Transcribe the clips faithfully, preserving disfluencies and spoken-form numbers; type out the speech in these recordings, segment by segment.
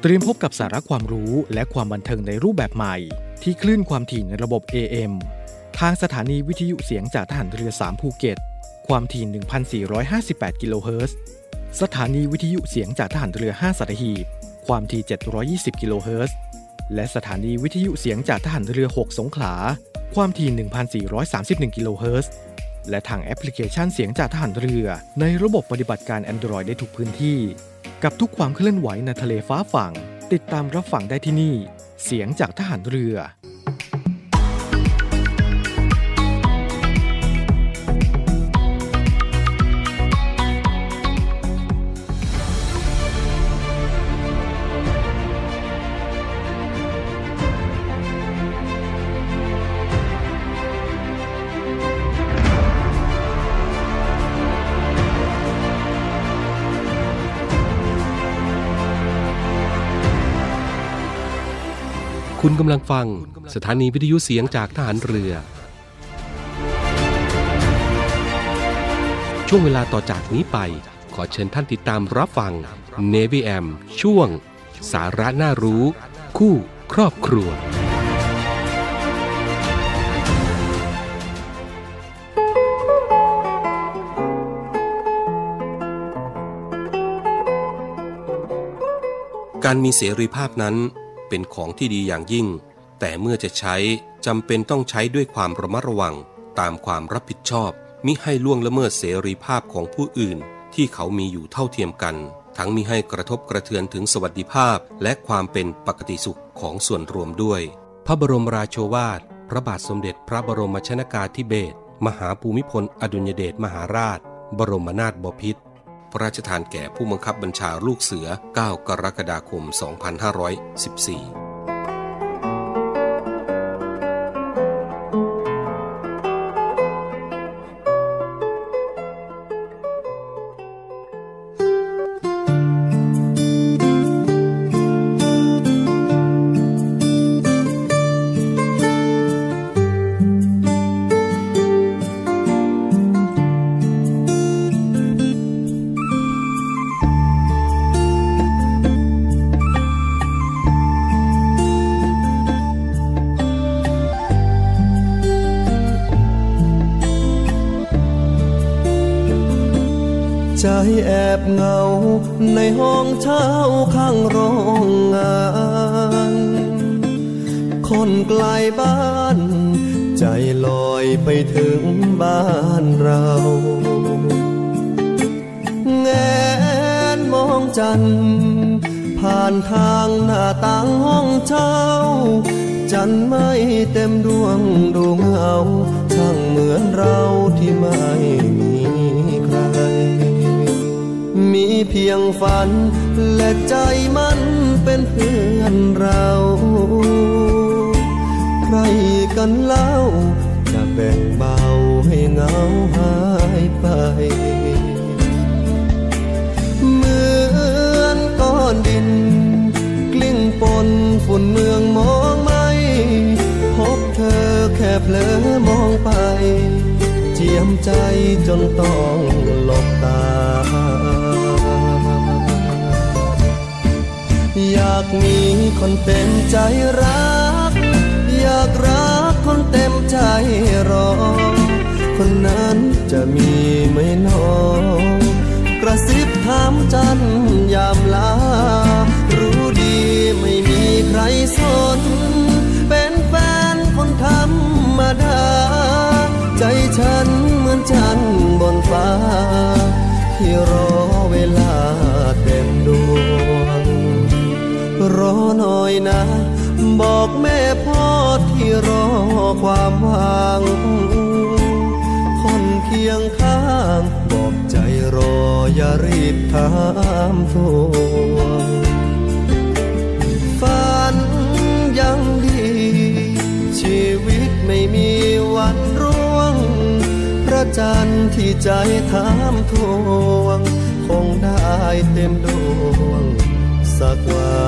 เตรียมพบกับสาระความรู้และความบันเทิงในรูปแบบใหม่ที่คลื่นความถี่ในระบบ เอ เอ็ม ทางสถานีวิทยุเสียงจากทหารเรือสามภูเก็ตความถี่ หนึ่งพันสี่ร้อยห้าสิบแปด กิโลเฮิรตซ์สถานีวิทยุเสียงจากทหารเรือห้าสัตหีบความถี่เจ็ดร้อยยี่สิบ กิโลเฮิรตซ์และสถานีวิทยุเสียงจากทหารเรือหกสงขลาความถี่ หนึ่งพันสี่ร้อยสามสิบเอ็ด กิโลเฮิรตซ์และทางแอปพลิเคชันเสียงจากทหารเรือในระบบปฏิบัติการ Android ได้ทุกพื้นที่กับทุกความเคลื่อนไหวในทะเลฟ้าฝั่งติดตามรับฟังได้ที่นี่เสียงจากทหารเรือคุณกำลังฟังสถานีวิทยุเสียงจากทหารเรือช่วงเวลาต่อจากนี้ไปขอเชิญท่านติดตามรับฟัง Navy เอ เอ็ม ช่วงสาระน่ารู้คู่ครอบครัวการมีเสรีภาพนั้นเป็นของที่ดีอย่างยิ่งแต่เมื่อจะใช้จำเป็นต้องใช้ด้วยความระมัดระวังตามความรับผิดชอบมิให้ล่วงละเมิดเสรีภาพของผู้อื่นที่เขามีอยู่เท่าเทียมกันทั้งมิให้กระทบกระเทือนถึงสวัสดิภาพและความเป็นปกติสุขของส่วนรวมด้วยพระบรมราโชวาทพระบาทสมเด็จพระบรมชนกาธิเบศรมหาภูมิพลอดุลยเดชมหาราชบรมนาถบพิตรพระราชทานแก่ผู้บังคับบัญชาลูกเสือเก้ากรกฎาคมสองพันห้าร้อยสิบสี่ใจแอบเหงาในห้องเช่าข้างโรงงานคนไกลบ้านใจลอยไปถึงบ้านเราแงนมองจันทร์ผ่านทางหน้าต่างห้องเช่าจันทร์ไม่เต็มดวงดูเหงาช่างเหมือนเราที่ไม่มีใครมีเพียงฝันและใจมันเป็นเพื่อนเราใครกันเล่าจะแบ่งเบาให้เหงาหายไปเหมือนก้อนดินกลิ้งปนฝุ่นเมืองมองไม่พบเธอแค่เผลอมองไปเจียมใจจนต้องหลบตาอยากมีคนเต็มใจรักอยากรักคนเต็มใจรอคนนั้นจะมีไหมน้องกระซิบถามจันยามลารู้ดีไม่มีใครสนเป็นแฟนคนธรรมดาใจฉันเหมือนจันทร์บนฟ้าที่รอเวลาเต็มดวงรอหน่อยนะบอกแม่พ่อที่รอความหวังคนเคียงข้างบอกใจรออย่ารีบถามทวงฝันยังดีชีวิตไม่มีวันร่วงพระจันทร์ที่ใจถามทวงคงได้เต็มดวงสักวัน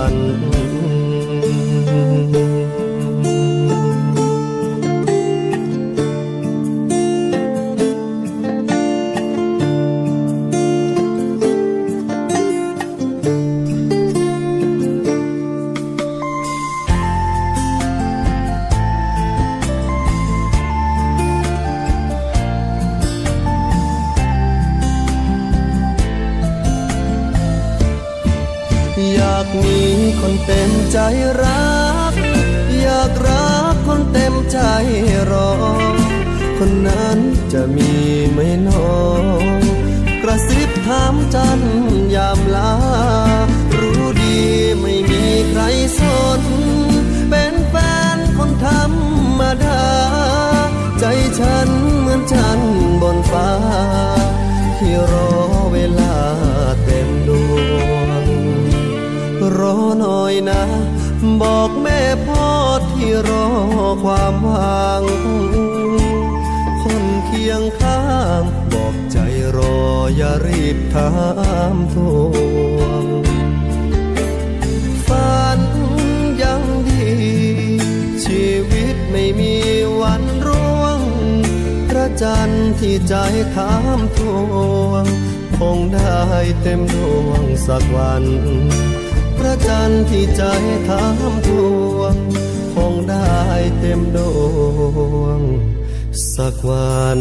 อยากมีคนเต็มใจรักอยากรักคนเต็มใจรอคนนั้นจะมีไหมน้องกระซิบถามจันยามลารู้ดีไม่มีใครสนเป็นแฟนคนธรรมดาใจฉันเหมือนจันบนฟ้าที่รอเวลาเต็มดวงรอหน่อยนะบอกแม่พ่อที่รอความหวังคนเคียงข้างบอกใจรออย่ารีบถามทวงฝันยังดีชีวิตไม่มีวันร่วงพระจันทร์ที่ใจถามทวงคงได้เต็มดวงสักวันพระจันทร์ที่ใจถามทวงคงได้เต็มดวงสักวัน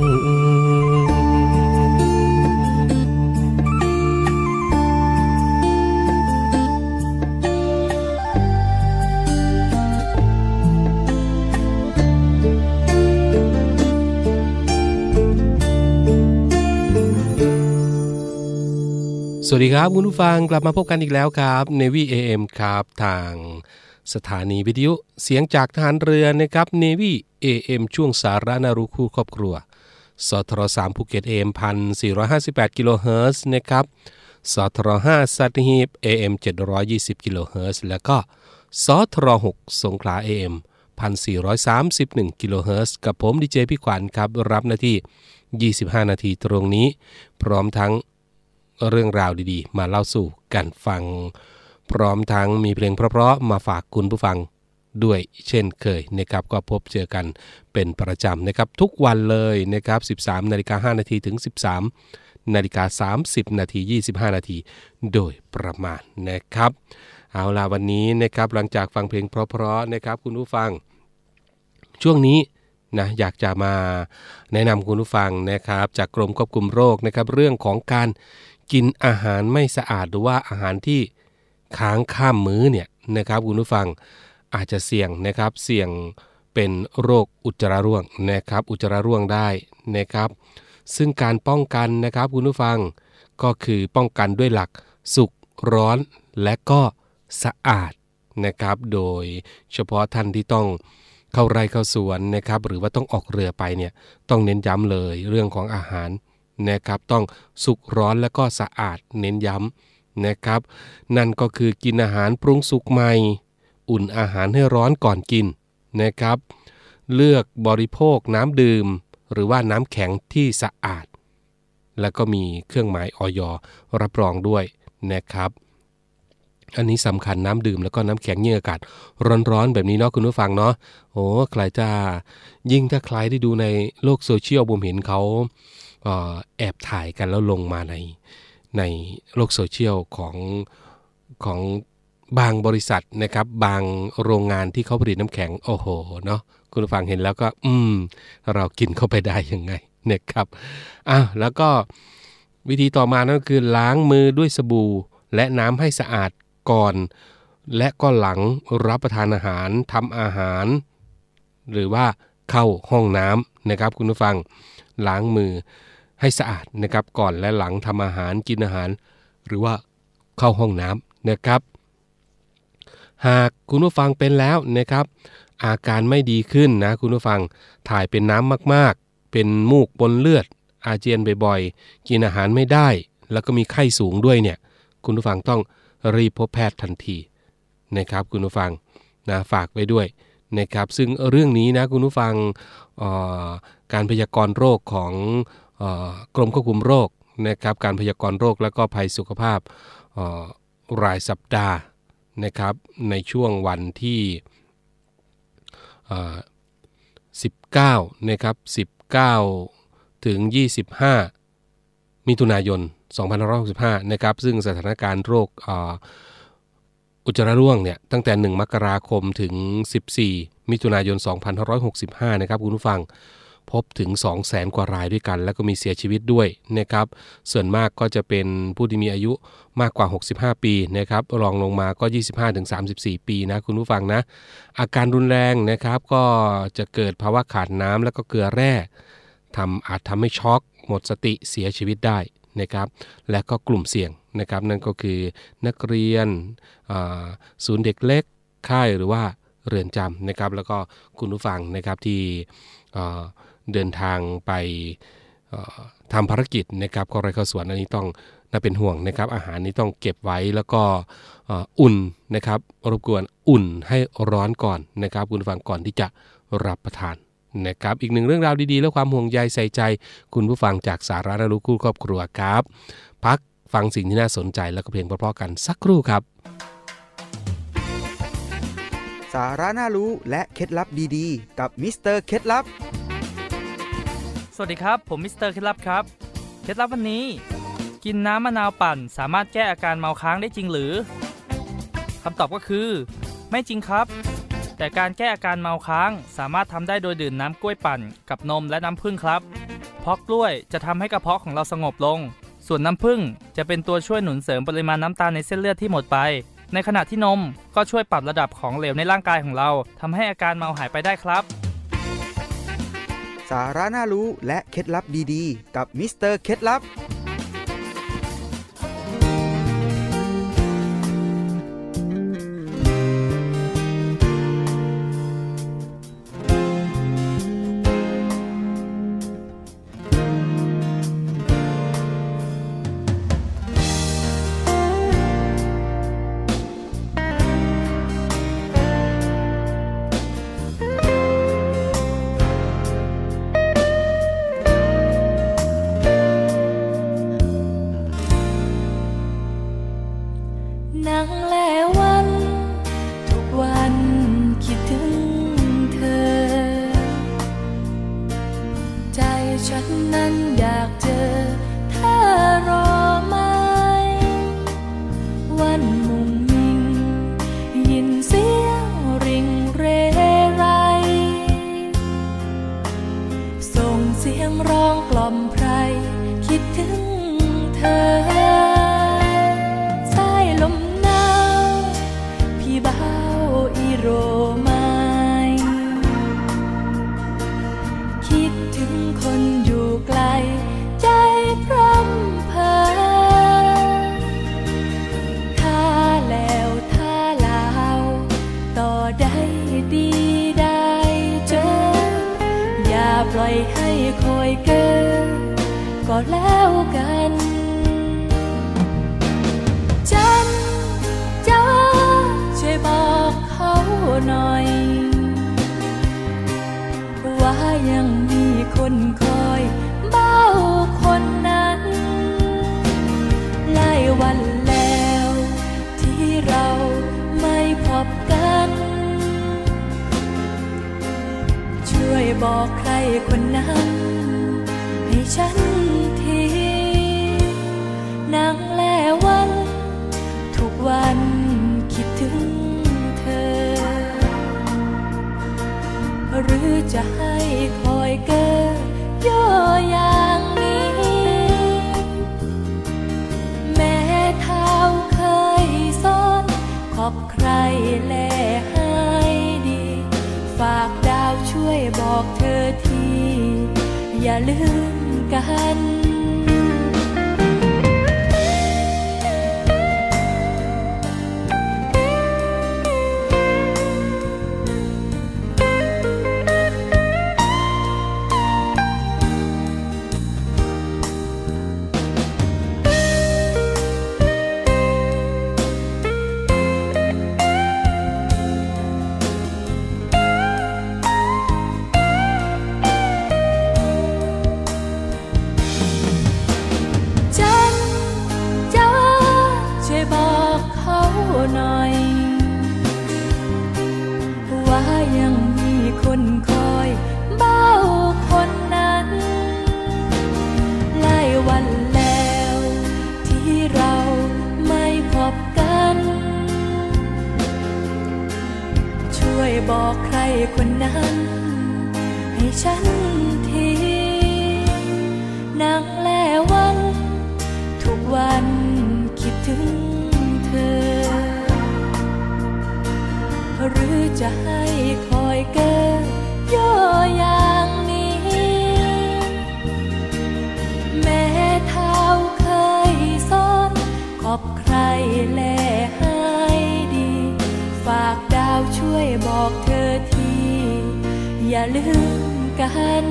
สวัสดีครับคุณผู้ฟังกลับมาพบกันอีกแล้วครับ Navy เอ เอ็ม ครับทางสถานีวิทยุเสียงจากทหารเรือนะครับ Navy เอ เอ็ม ช่วงสาระน่ารู้คู่ครอบครัวสทรสามภูเก็ต เอ เอ็ม หนึ่งพันสี่ร้อยห้าสิบแปด กิโลเฮิรตซ์นะครับสทรห้าสัตหีบ เอ เอ็ม เจ็ดร้อยยี่สิบ กิโลเฮิรตซ์แล้วก็สทรหกสงขลา เอ เอ็ม หนึ่งพันสี่ร้อยสามสิบเอ็ด กิโลเฮิรตซ์กับผมดีเจพี่ขวัญครับรับหน้าที่ยี่สิบห้านาทีตรงนี้พร้อมทั้งเรื่องราวดีๆมาเล่าสู่กันฟังพร้อมทั้งมีเพลงเพราะๆมาฝากคุณผู้ฟังด้วยเช่นเคยนะครับก็พบเจอกันเป็นประจำนะครับทุกวันเลยนะครับ สิบสามนาฬิกาห้านาทีถึง สิบสามนาฬิกาสามสิบนาทียี่สิบห้านาทีโดยประมาณนะครับเอาล่ะวันนี้นะครับหลังจากฟังเพลงเพราะๆนะครับคุณผู้ฟังช่วงนี้นะอยากจะมาแนะนำคุณผู้ฟังนะครับจากกรมควบคุมโรคนะครับเรื่องของการกินอาหารไม่สะอาดหรือว่าอาหารที่ค้างข้ามมื้อเนี่ยนะครับคุณผู้ฟังอาจจะเสี่ยงนะครับเสี่ยงเป็นโรคอุจจาระร่วงนะครับอุจจาระร่วงได้นะครับซึ่งการป้องกันนะครับคุณผู้ฟังก็คือป้องกันด้วยหลักสุกร้อนและก็สะอาดนะครับโดยเฉพาะท่านที่ต้องเข้าไร่เข้าสวนนะครับหรือว่าต้องออกเรือไปเนี่ยต้องเน้นย้ำเลยเรื่องของอาหารนะครับต้องสุกร้อนและก็สะอาดเน้นย้ำนะครับนั่นก็คือกินอาหารปรุงสุกใหม่อุ่นอาหารให้ร้อนก่อนกินนะครับเลือกบริโภคน้ำดื่มหรือว่าน้ำแข็งที่สะอาดแล้วก็มีเครื่องหมายอย.รับรองด้วยนะครับอันนี้สำคัญน้ำดื่มแล้วก็น้ำแข็งยิ่งอากาศร้อนๆแบบนี้เนาะคุณผู้ฟังเนาะโอ้ใครจะยิ่งถ้าใครได้ดูในโลกโซเชียลผมเห็นเขาแอบถ่ายกันแล้วลงมาในในโลกโซเชียลของของบางบริษัทนะครับบางโรงงานที่เขาผลิตน้ำแข็งโอ้โหเนาะคุณผู้ฟังเห็นแล้วก็อืมเรากินเข้าไปได้ยังไงนะครับอ้าวแล้วก็วิธีต่อมานั่นก็คือล้างมือด้วยสบู่และน้ำให้สะอาดก่อนและก็หลังรับประทานอาหารทำอาหารหรือว่าเข้าห้องน้ำนะครับคุณผู้ฟังล้างมือให้สะอาดนะครับก่อนและหลังทำอาหารกินอาหารหรือว่าเข้าห้องน้ำนะครับหากคุณผู้ฟังเป็นแล้วนะครับอาการไม่ดีขึ้นนะคุณผู้ฟังถ่ายเป็นน้ำมากๆเป็นมูกปนเลือดอาเจียนบ่อยๆกินอาหารไม่ได้แล้วก็มีไข้สูงด้วยเนี่ยคุณผู้ฟังต้องรีบพบแพทย์ทันทีนะครับคุณผู้ฟังนะฝากไว้ด้วยนะครับซึ่งเรื่องนี้นะคุณผู้ฟังการพยากรณ์โรคของกรมควบคุมโรคนะครับการพยากรณ์โรคและก็ภัยสุขภาพรายสัปดาห์นะครับในช่วงวันที่สิบเก้านะครับสิบเก้าถึงยี่สิบห้ามิถุนายนสองพันห้าร้อยหกสิบห้านะครับซึ่งสถานการณ์โรคอุจจาระร่วงเนี่ยตั้งแต่หนึ่งมกราคมถึงสิบสี่มิถุนายนสองพันห้าร้อยหกสิบห้านะครับคุณผู้ฟังพบถึง สองแสน กว่ารายด้วยกันแล้วก็มีเสียชีวิตด้วยนะครับส่วนมากก็จะเป็นผู้ที่มีอายุมากกว่าหกสิบห้าปีนะครับรองลงมาก็ ยี่สิบห้าถึงสามสิบสี่ ปีนะคุณผู้ฟังนะอาการรุนแรงนะครับก็จะเกิดภาวะขาดน้ำแล้วก็เกลือแร่ทำอาจทำให้ช็อกหมดสติเสียชีวิตได้นะครับและก็กลุ่มเสี่ยงนะครับนั่นก็คือนักเรียนศูนย์เด็กเล็กค่ายหรือว่าเรือนจำนะครับแล้วก็คุณผู้ฟังนะครับที่เดินทางไปทำภารกิจนะครับก็ไรเข้าสวนอันนี้ต้องน่าเป็นห่วงนะครับอาหารนี้ต้องเก็บไว้แล้วก็อุ่นนะครับรบกวนอุ่นให้ร้อนก่อนนะครับคุณผู้ฟังก่อนที่จะรับประทานนะครับอีกหนึ่งเรื่องราวดีๆและความห่วงใยใส่ใจคุณผู้ฟังจากสาระน่ารู้คู่ครอบครัวครับพักฟังสิ่งที่น่าสนใจแล้วก็เพลงเพราะๆกันสักครู่ครับสาระน่ารู้และเคล็ดลับดีๆกับมิสเตอร์เคล็ดลับสวัสดีครับผมมิสเตอร์เคล็ดลับครับเคล็ดลับวันนี้กินน้ำมะนาวปั่นสามารถแก้อาการเมาค้างได้จริงหรือคำตอบก็คือไม่จริงครับแต่การแก้อาการเมาค้างสามารถทำได้โดยดื่มน้ำกล้วยปั่นกับนมและน้ำผึ้งครับเพราะกล้วยจะทำให้กระเพาะของเราสงบลงส่วนน้ำผึ้งจะเป็นตัวช่วยหนุนเสริมปริมาณน้ำตาลในเส้นเลือดที่หมดไปในขณะที่นมก็ช่วยปรับระดับของเหลวในร่างกายของเราทำให้อาการเมาหายไปได้ครับสาระน่ารู้และเคล็ดลับดีๆกับมิสเตอร์เคล็ดลับก็แล้วกันจันจ้าช่วยบอกเขาหน่อยว่ายังมีคนคอยเบ้าคนนั้นหลายวันแล้วที่เราไม่พบกันช่วยบอกใครคนนั้นให้ฉันทีนั่งแลวันทุกวันคิดถึงเธอหรือจะให้คอยเก้อย่ออย่างนี้แม้เท้าเคยซ้อนขอบใครแลให้ดีฝากดาวช่วยบอกเธอทีอย่าลืมกันหน่อยว่ายังมีคนคอยเบ้าคนนั้นหลายวันแล้วที่เราไม่พบกันช่วยบอกใครคนนั้นให้ฉันทีนั่งแลวันทุกวันคิดถึงเธอหรือจะให้คอยเก้อย่ออย่างนี้แม่เท้าเคยสอนขอบใครแลให้ดีฝากดาวช่วยบอกเธอทีอย่าลืมกัน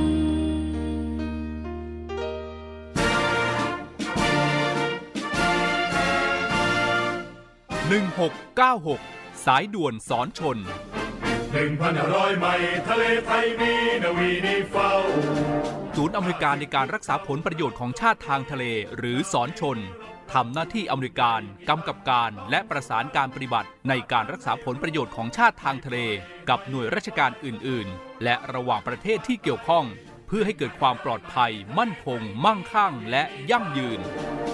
หนึ่งหกเก้าหกสายด่วนสอนชนหนึ่งพันห้าร้อยไมล์ทะเลไทยมีนาวีนิเฝ้าศูนย์อเมริการในการรักษาผลประโยชน์ของชาติทางทะเลหรือสอนชนทำหน้าที่อเมริการกำกับการและประสานการปฏิบัติในการรักษาผลประโยชน์ของชาติทางทะเลกับหน่วยราชการอื่นๆและระหว่างประเทศที่เกี่ยวข้องเพื่อให้เกิดความปลอดภัยมั่นคงมั่งคั่งและยั่งยืน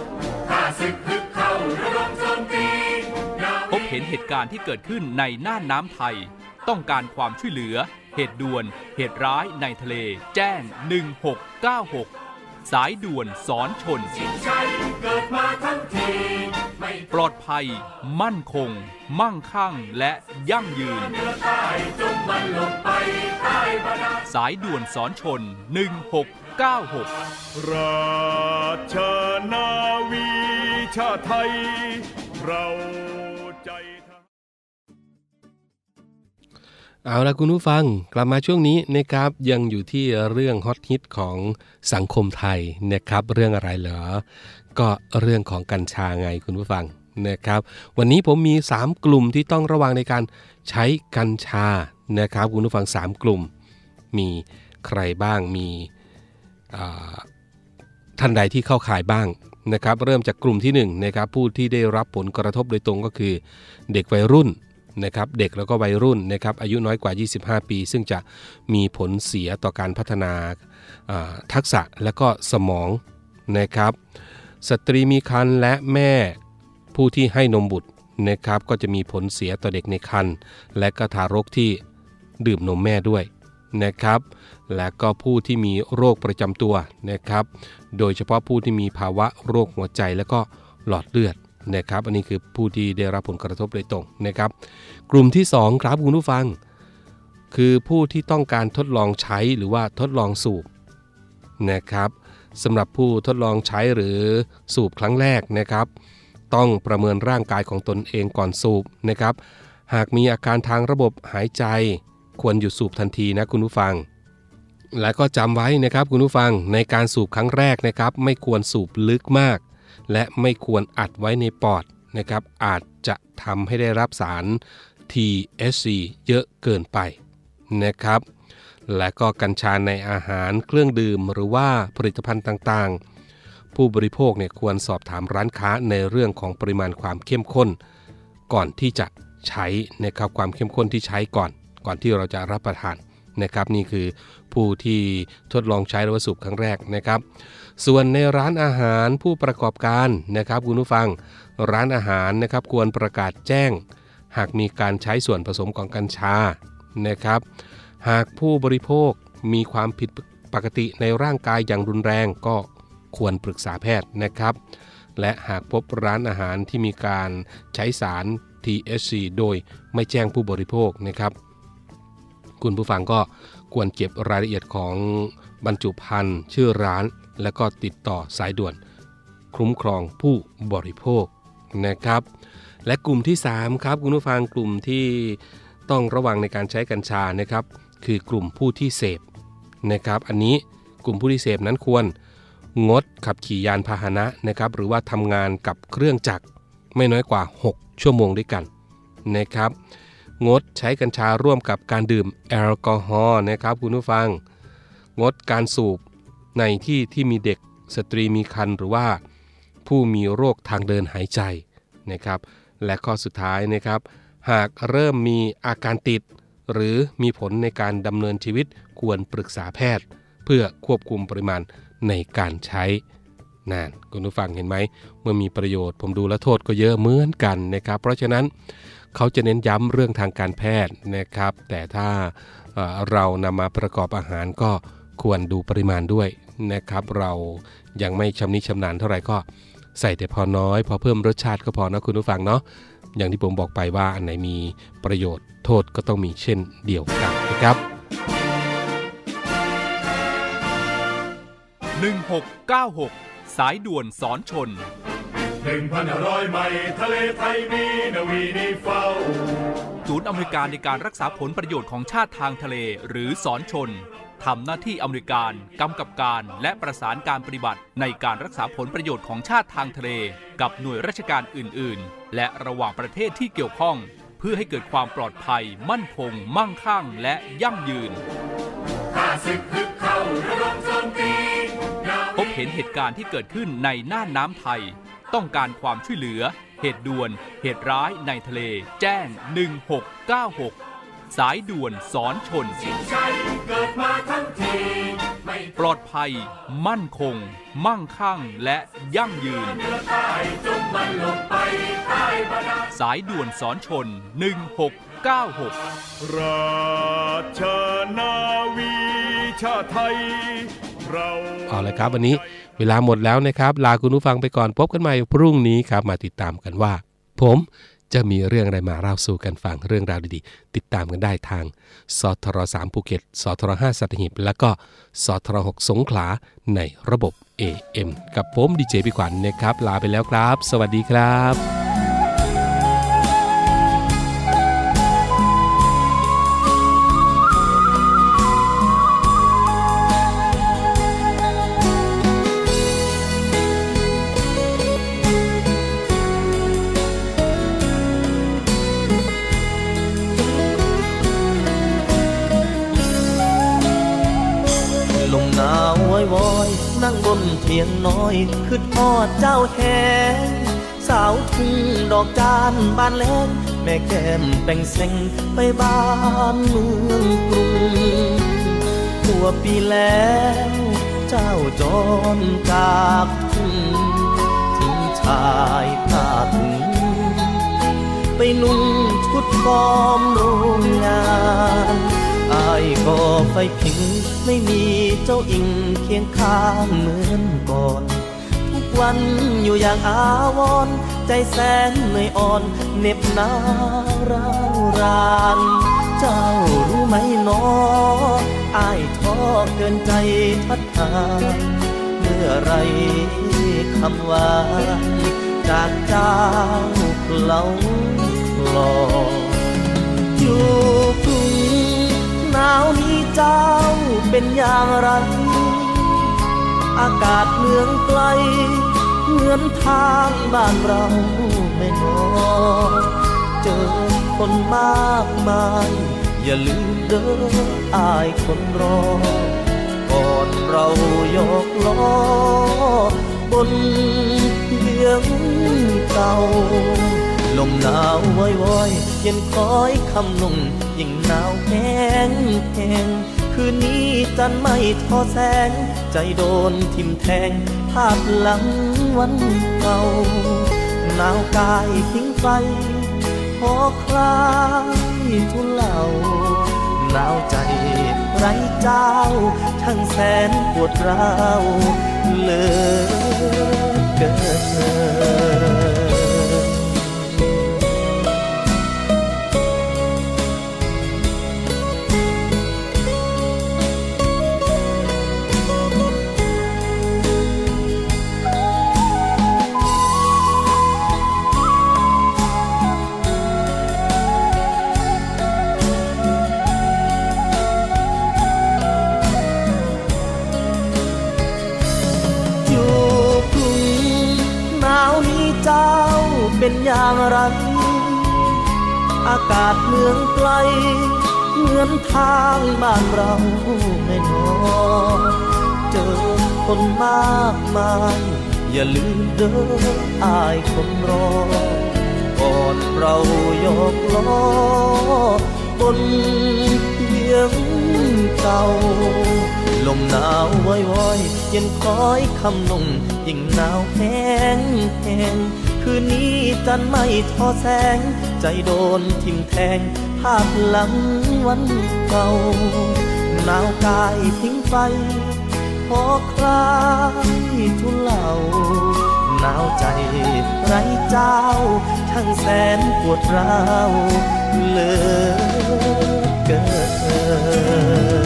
พบเห็นเหตุการณ์ที่เกิดขึ้นในน่านน้ำไทยต้องการความช่วยเหลือเหตุด่วนเหตุร้ายในทะเลแจ้งหนึ่งหกเก้าหกสายด่วนสอนชนปลอดภัยมั่นคงมั่งคั่งและยั่งยืนสายด่วนสอนชนหนึ่งหกเก้าหกราชนาวีชาติไทยเราใจเอาละคุณผู้ฟังกลับมาช่วงนี้นะครับยังอยู่ที่เรื่องฮอตฮิตของสังคมไทยนะครับเรื่องอะไรเหรอก็เรื่องของกัญชาไงคุณผู้ฟังนะครับวันนี้ผมมีสามกลุ่มที่ต้องระวังในการใช้กัญชานะครับคุณผู้ฟังสามกลุ่มมีใครบ้างมีท่านใดที่เข้าข่ายบ้างนะครับเริ่มจากกลุ่มที่หนึ่งนะครับผู้ที่ได้รับผลกระทบโดยตรงก็คือเด็กวัยรุ่นนะครับเด็กแล้วก็วัยรุ่นนะครับอายุน้อยกว่ายี่สิบห้าปีซึ่งจะมีผลเสียต่อการพัฒนาทักษะและก็สมองนะครับสตรีมีครรภ์และแม่ผู้ที่ให้นมบุตรนะครับก็จะมีผลเสียต่อเด็กในครรภ์และก็ทารกที่ดื่มนมแม่ด้วยนะครับและก็ผู้ที่มีโรคประจำตัวนะครับโดยเฉพาะผู้ที่มีภาวะโรคหัวใจและก็หลอดเลือดนะครับอันนี้คือผู้ที่ได้รับผลกระทบโดยตรงนะครับกลุ่มที่สองครับคุณผู้ฟังคือผู้ที่ต้องการทดลองใช้หรือว่าทดลองสูบนะครับสำหรับผู้ทดลองใช้หรือสูบครั้งแรกนะครับต้องประเมินร่างกายของตนเองก่อนสูบนะครับหากมีอาการทางระบบหายใจควรหยุดสูบทันทีนะคุณผู้ฟังและก็จำไว้นะครับคุณผู้ฟังในการสูบครั้งแรกนะครับไม่ควรสูบลึกมากและไม่ควรอัดไว้ในปอดนะครับอาจจะทำให้ได้รับสาร ที เอช ซี เยอะเกินไปนะครับและก็กัญชาในอาหารเครื่องดื่มหรือว่าผลิตภัณฑ์ต่างๆผู้บริโภคเนี่ยควรสอบถามร้านค้าในเรื่องของปริมาณความเข้มข้นก่อนที่จะใช้นะครับความเข้มข้นที่ใช้ก่อนก่อนที่เราจะรับประทานนะครับนี่คือผู้ที่ทดลองใช้หรือว่าสูบครั้งแรกนะครับส่วนในร้านอาหารผู้ประกอบการนะครับคุณผู้ฟังร้านอาหารนะครับควรประกาศแจ้งหากมีการใช้ส่วนผสมของกัญชานะครับหากผู้บริโภคมีความผิดปกติในร่างกายอย่างรุนแรงก็ควรปรึกษาแพทย์นะครับและหากพบร้านอาหารที่มีการใช้สาร ที เอช ซี โดยไม่แจ้งผู้บริโภคนะครับคุณผู้ฟังก็ควรเก็บรายละเอียดของบรรจุภัณฑ์ชื่อร้านและก็ติดต่อสายด่วนคุ้มครองผู้บริโภคนะครับและกลุ่มที่สามครับคุณผู้ฟังกลุ่มที่ต้องระวังในการใช้กัญชานะครับคือกลุ่มผู้ที่เสพนะครับอันนี้กลุ่มผู้ที่เสพนั้นควรงดขับขี่ยานพาหนะนะครับหรือว่าทำงานกับเครื่องจักรไม่น้อยกว่าหกชั่วโมงด้วยกันนะครับงดใช้กัญชาร่วมกับการดื่มแอลกอฮอล์นะครับคุณผู้ฟังงดการสูบในที่ที่มีเด็กสตรีมีครรภ์หรือว่าผู้มีโรคทางเดินหายใจนะครับและข้อสุดท้ายนะครับหากเริ่มมีอาการติดหรือมีผลในการดำเนินชีวิตควรปรึกษาแพทย์เพื่อควบคุมปริมาณในการใช้นั่นคุณผู้ฟังเห็นไหมเมื่อมีประโยชน์ผมดูแล้วโทษก็เยอะเหมือนกันนะครับเพราะฉะนั้นเขาจะเน้นย้ำเรื่องทางการแพทย์นะครับแต่ถ้าเอ่อเรานำมาประกอบอาหารก็ควรดูปริมาณด้วยนะครับเรายังไม่ชำนิชำนาญเท่าไหร่ก็ใส่แต่พอน้อยพอเพิ่มรสชาติก็พอนะคุณผู้ฟังเนาะอย่างที่ผมบอกไปว่าอันไหนมีประโยชน์โทษก็ต้องมีเช่นเดียวกันนะครับหนึ่งหกเก้าหกสายด่วนสอนชนหนึ่งพันห้าร้อยไมล์ทะเลไทยมีนาวีนิเฝ้าศูนย์อำนวยการในการรักษาผลประโยชน์ของชาติทางทะเลหรือสอนชนทำหน้าที่อำนวยการกำกับการและประสานการปฏิบัติในการรักษาผลประโยชน์ของชาติทางทะเลกับหน่วยราชการอื่นๆและระหว่างประเทศที่เกี่ยวข้องเพื่อให้เกิดความปลอดภัยมั่นคงมั่งคั่งและยั่งยืนข้าศึกฮึกเข้าระดมโจมตีพบเห็นเหตุการณ์ที่เกิดขึ้นในน่านน้ำไทยต้องการความช่วยเหลือเหตุด่วนเหตุร้ายในทะเลแจ้งหนึ่งหกเก้าหกสายด่วนสอนชนปลอดภัยมั่นคงมั่งคั่งและยั่งยืนสายด่วนสอนชนหนึ่งหกเก้าหกราชนาวีชาไทยเราเอาละครับวันนี้เวลาหมดแล้วนะครับลาคุณผู้ฟังไปก่อนพบกันใหม่พรุ่งนี้ครับมาติดตามกันว่าผมจะมีเรื่องอะไรมาเล่าสู่กันฟังเรื่องราวดีๆติดตามกันได้ทางสทรสามภูเก็ตสทรห้าสัตหีบแล้วก็สทรหกสงขลาในระบบ เอ เอ็ม กับผมดีเจพี่ขวัญ นะครับลาไปแล้วครับสวัสดีครับนั่งบนเทียงน้อยขึ้นฮอดเจ้าแหงสาวทุ่งดอกจานบานแลงแม่แก้มแป่งเซ็งไปบ้านเมืองกรุงหัวปีแล้วเจ้าจรจากทุ่งทิ้งชายผ้าถุงไปนุ่งชุดฟอร์มโรงงานอายก็ไฟผิงไม่มีเจ้าอิงเคียงข้างเหมือนก่อนทุกวันอยู่อย่างอาวรณ์ใจแสนเหนื่อยอ่อนเหน็บหนาวร้าวรานเจ้ารู้ไหมน้ออายท้อเกินใจทัดทานเมื่อไรคำหวานจากเจ้าเคล้าคลออยู่กรุงหนาวนี้เจ้าเป็นอย่างไรอากาศเมืองไกลเหมือนทางบ้านเราไม่น้อยเจอคนมากมายอย่าลืมเด้ออายคนรอก่อนเรายกล้อบนเพียงเก่าลมหนาวว้อยๆเย็นคอยคำนุ่งยิ่งหนาวแห้งแห้งคืนนี้จันไม่ทอแสงใจโดนทิ่มแทงภาพหลังวันเก่าหนาวกายทิ้งไฟขอคลายทุเลาหนาวใจไร้เจ้าทั้งแสนปวดร้าวเหลือเกินเป็นอย่างไรอากาศเมืองไกลเหมือนทางบ้านเราไม่น้อยเจอคนมากมายอย่าลืมเด้ออายคนรอก่อนเรายกล้อบนเพียงเก่าลมหนาวว้อยๆเย็นคอยคำนุ่งยิ่งหนาวแห้งแห้งคืนนี้จันไม่ทอแสงใจโดนทิ่มแทงภาพหลังวันเก่าหนาวกายทิ้งไฟขอคลายทุเลาหนาวใจไร้เจ้าช่างแสนปวดร้าวเหลือเกิน